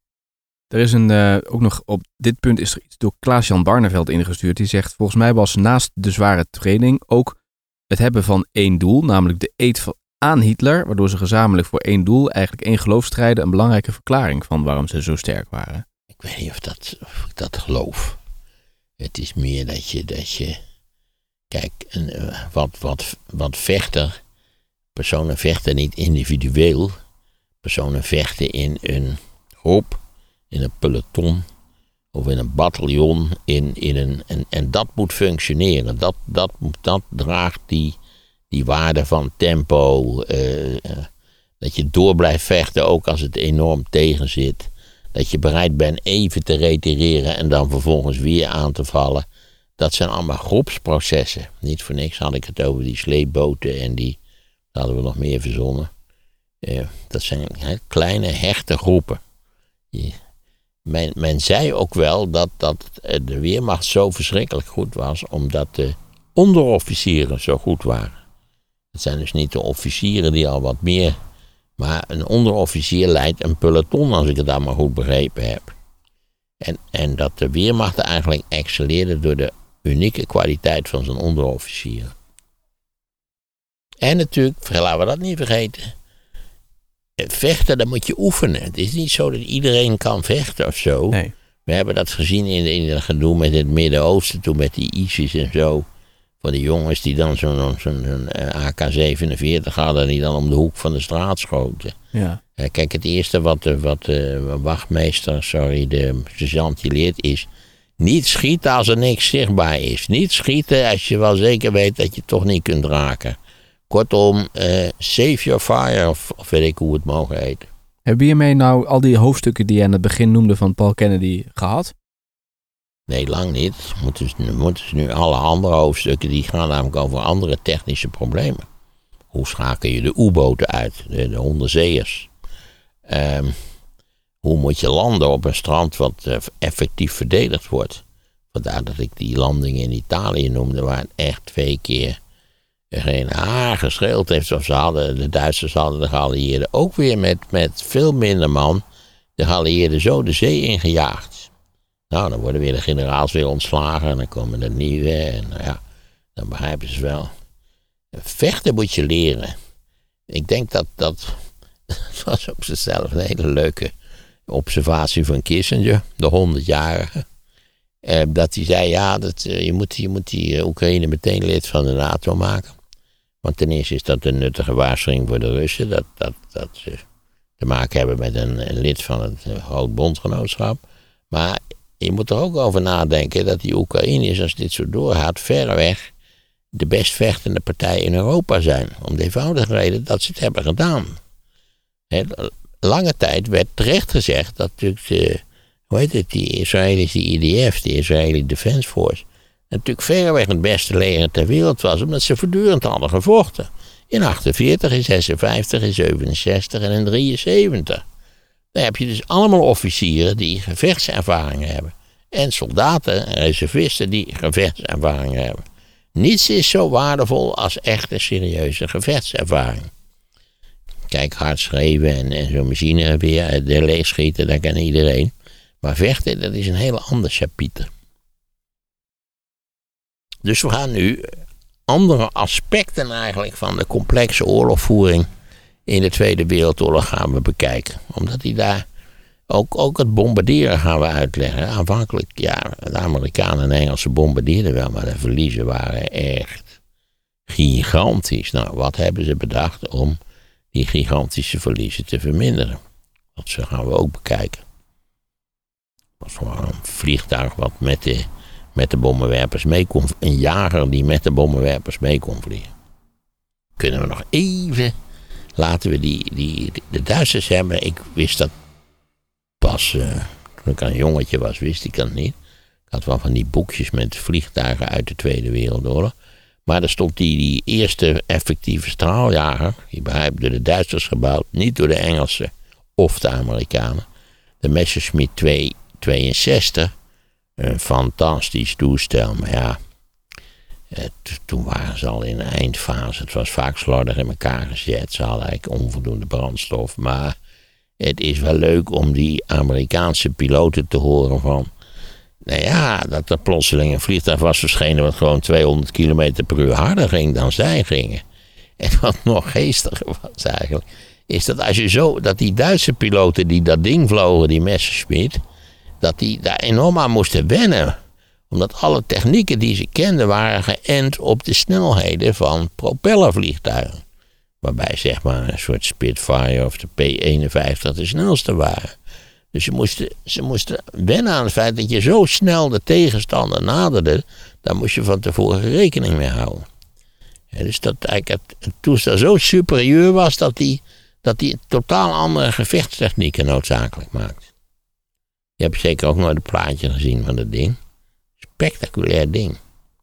Er is een, uh, ook nog op dit punt is er iets door Klaas-Jan Barneveld ingestuurd. Die zegt, volgens mij was naast de zware training ook het hebben van één doel, namelijk de eed van aan Hitler, waardoor ze gezamenlijk voor één doel, eigenlijk één geloof strijden, een belangrijke verklaring van waarom ze zo sterk waren. Ik weet niet of, dat, of ik dat geloof. Het is meer dat je, dat je kijk, een, uh, wat, wat, wat vechter, personen vechten niet individueel, personen vechten in een groep, in een peloton of in een bataljon, in, in een, en, en dat moet functioneren. Dat, dat, dat draagt die, die waarde van tempo, uh, uh, dat je door blijft vechten ook als het enorm tegenzit. Dat je bereid bent even te retireren en dan vervolgens weer aan te vallen. Dat zijn allemaal groepsprocessen. Niet voor niks had ik het over die sleepboten en die, daar hadden we nog meer verzonnen. Uh, dat zijn he, kleine hechte groepen. Je, men, men zei ook wel dat, dat de Weermacht zo verschrikkelijk goed was omdat de onderofficieren zo goed waren. Het zijn dus niet de officieren die al wat meer, maar een onderofficier leidt een peloton, als ik het allemaal goed begrepen heb. En, en dat de Weermacht eigenlijk excelleerde door de unieke kwaliteit van zijn onderofficieren. En natuurlijk, laten we dat niet vergeten, vechten, dat moet je oefenen. Het is niet zo dat iedereen kan vechten of zo. Nee. We hebben dat gezien in, in het gedoe met het Midden-Oosten, toen met die ISIS en zo. Van die jongens die dan zo'n zo'n zo A K zevenenveertig hadden en die dan om de hoek van de straat schoten. Ja. Kijk, het eerste wat de, wat de wachtmeester, sorry, de sergeant die leert is, niet schieten als er niks zichtbaar is. Niet schieten als je wel zeker weet dat je het toch niet kunt raken. Kortom, uh, save your fire, of, of weet ik hoe het mogen heten. Hebben we hiermee nou al die hoofdstukken die je aan het begin noemde van Paul Kennedy gehad? Nee, lang niet. Moeten ze, moeten ze nu alle andere hoofdstukken, die gaan namelijk over andere technische problemen. Hoe schakel je de U-boten uit, de, de onderzeeërs? Um, hoe moet je landen op een strand wat uh, effectief verdedigd wordt? Vandaar dat ik die landing in Italië noemde, waar het echt twee keer geen haar geschreeuwd heeft. Of ze hadden, de Duitsers hadden de geallieerden ook weer met, met veel minder man de geallieerden zo de zee ingejaagd. Nou, dan worden weer de generaals weer ontslagen en dan komen er nieuwe en nou ja, dan begrijpen ze wel. Vechten moet je leren. Ik denk dat dat, dat was op zichzelf een hele leuke observatie van Kissinger, de honderdjarige. Eh, dat hij zei, ja, dat, uh, je moet, je moet die uh, Oekraïne meteen lid van de NATO maken. Want ten eerste is dat een nuttige waarschuwing voor de Russen, dat, dat, dat ze te maken hebben met een, een lid van het uh, groot bondgenootschap. Maar je moet er ook over nadenken dat die Oekraïners, als dit zo doorgaat, verreweg de best vechtende partij in Europa zijn. Om de eenvoudige reden dat ze het hebben gedaan. He, lange tijd werd terecht gezegd dat natuurlijk de, hoe heet het, die Israëlische I D F, de Israëlische Defense Force, natuurlijk verreweg het beste leger ter wereld was, omdat ze voortdurend hadden gevochten. In achtenveertig, in zesenvijftig, in zevenenzestig en in drieënzeventig. Dan heb je dus allemaal officieren die gevechtservaring hebben. En soldaten en reservisten die gevechtservaring hebben. Niets is zo waardevol als echte serieuze gevechtservaring. Kijk, hard schreeuwen en, en zo'n machine weer de leeg schieten, dat kan iedereen. Maar vechten, dat is een heel ander chapiter. Dus we gaan nu andere aspecten eigenlijk van de complexe oorlogvoering in de Tweede Wereldoorlog gaan we bekijken. Omdat hij daar, ook, ook het bombarderen gaan we uitleggen. Aanvankelijk, ja, de Amerikanen en Engelsen bombardeerden wel, maar de verliezen waren echt gigantisch. Nou, wat hebben ze bedacht om die gigantische verliezen te verminderen? Dat gaan we ook bekijken. Dat was gewoon een vliegtuig wat met de, met de bommenwerpers mee kon, een jager die met de bommenwerpers mee kon vliegen. Kunnen we nog even, laten we die, die, de Duitsers hebben, ik wist dat pas, uh, toen ik een jongetje was, wist ik dat niet. Ik had wel van die boekjes met vliegtuigen uit de Tweede Wereldoorlog. Maar er stond die, die eerste effectieve straaljager, die begrijp door de Duitsers gebouwd, niet door de Engelsen of de Amerikanen. De Messerschmitt tweehonderdtweeënzestig, een fantastisch toestel, maar ja, eh, t- toen waren ze al in de eindfase. Het was vaak slordig in elkaar gezet, ze hadden eigenlijk onvoldoende brandstof, maar het is wel leuk om die Amerikaanse piloten te horen van, nou ja, dat er plotseling een vliegtuig was verschenen wat gewoon tweehonderd kilometer per uur harder ging dan zij gingen. En wat nog geestiger was eigenlijk, is dat als je zo, dat die Duitse piloten die dat ding vlogen, die Messerschmitt, dat die daar enorm aan moesten wennen. Omdat alle technieken die ze kenden waren geënt op de snelheden van propellervliegtuigen. Waarbij zeg maar een soort Spitfire of de P eenenvijftig de snelste waren. Dus ze moesten, ze moesten wennen aan het feit dat je zo snel de tegenstander naderde. Daar moest je van tevoren rekening mee houden. Ja, dus dat eigenlijk het, het toestel zo superieur was dat die, dat die totaal andere gevechtstechnieken noodzakelijk maakt. Je hebt zeker ook nooit een plaatje gezien van dat ding. Spectaculair ding.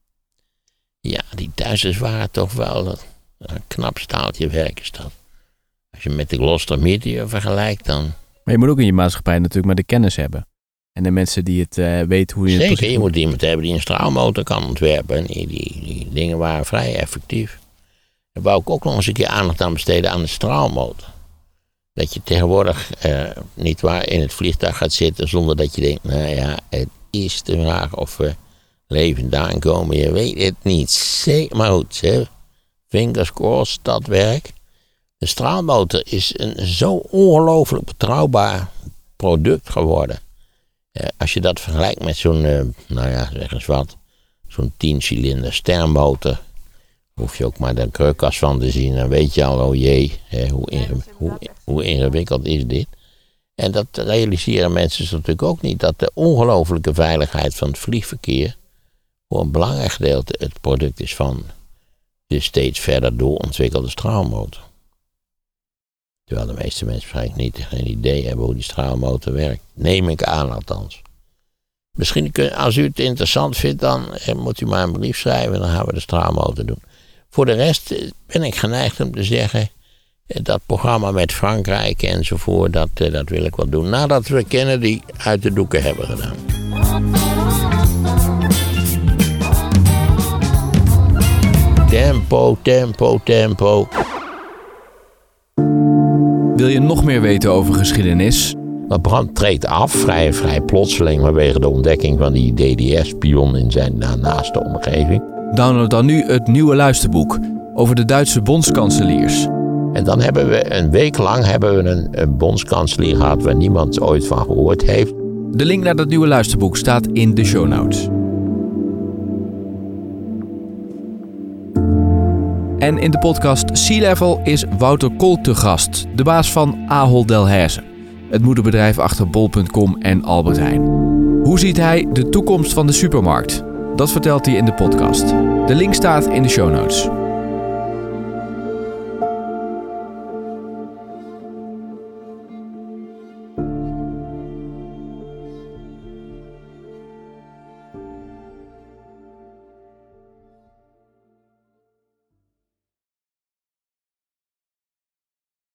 Ja, die Duitsers waren toch wel een knap staaltje werk is dat. Als je met de Gloster Meteor vergelijkt dan. Maar je moet ook in je maatschappij natuurlijk maar de kennis hebben. En de mensen die het uh, weten hoe je Zeker, het... Zeker, je moet iemand hebben die een straalmotor kan ontwerpen. Die, die, die dingen waren vrij effectief. Daar wou ik ook nog eens een keer aandacht aan besteden aan de straalmotor. Dat je tegenwoordig uh, niet waar in het vliegtuig gaat zitten zonder dat je denkt, nou ja, het is de vraag of we levend aankomen. Je weet het niet. Zeker, maar goed, hè? Fingers crossed, dat werk. De straalmotor is een zo ongelooflijk betrouwbaar product geworden. Uh, als je dat vergelijkt met zo'n, uh, nou ja, zeg eens wat, zo'n tien-cilinder stermotor, hoef je ook maar de krukkas van te zien, dan weet je al, oh jee, hè, hoe, inge- hoe, hoe ingewikkeld is dit. En dat realiseren mensen natuurlijk ook niet, dat de ongelooflijke veiligheid van het vliegverkeer voor een belangrijk gedeelte het product is van de steeds verder doorontwikkelde straalmotor. Terwijl de meeste mensen waarschijnlijk niet geen idee hebben hoe die straalmotor werkt. Neem ik aan althans. Misschien kun, als u het interessant vindt, dan eh, moet u maar een brief schrijven en dan gaan we de straalmotor doen. Voor de rest eh, ben ik geneigd om te zeggen, eh, dat programma met Frankrijk enzovoort, dat, eh, dat wil ik wel doen. Nadat we Kennedy uit de doeken hebben gedaan. Tempo, tempo, tempo. Wil je nog meer weten over geschiedenis? Maar Brandt treedt af, vrij, vrij plotseling vanwege de ontdekking van die D D S-spion in zijn naaste omgeving. Download dan nu het nieuwe luisterboek over de Duitse bondskanseliers. En dan hebben we een week lang hebben we een, een bondskanselier gehad waar niemand ooit van gehoord heeft. De link naar dat nieuwe luisterboek staat in de show notes. En in de podcast Sea Level is Wouter Kool te gast, de baas van Ahold Delhaize, het moederbedrijf achter bol punt com en Albert Heijn. Hoe ziet hij de toekomst van de supermarkt? Dat vertelt hij in de podcast. De link staat in de show notes.